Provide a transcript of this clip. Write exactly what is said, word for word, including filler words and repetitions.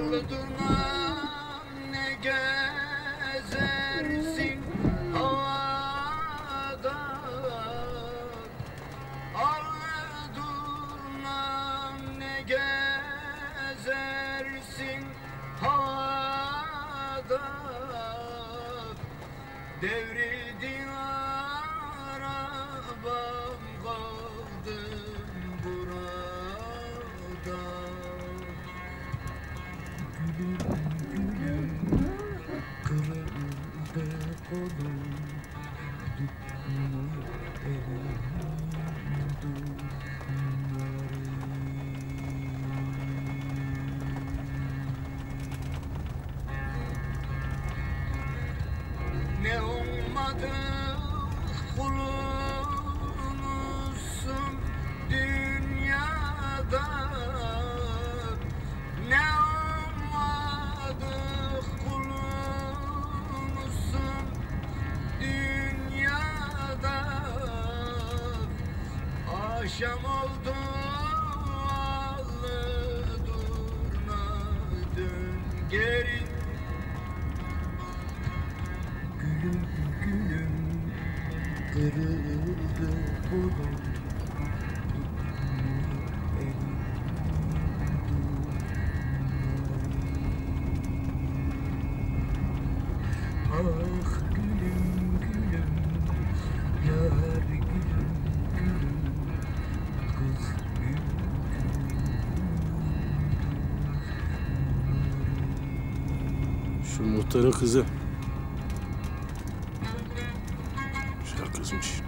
Ardına ne gezersin havada, ardına ne gezersin havada. Devrildi arabam, kaldım burada. Gülüm gülüm kırıldı kolum, tutma elim duvarı. Ne olmadık kulunuzsun dünyada, ne olmadık kulunuzsun dünyada. Akşam oldu allı durna, dön geri. Gülüm gülüm kırıldı kolum, elim duvarı. Ah gülüm gülüm yar, gülüm gülüm kız gülüm gülüm. Şu muhtarın kızı. Güzel kızmış.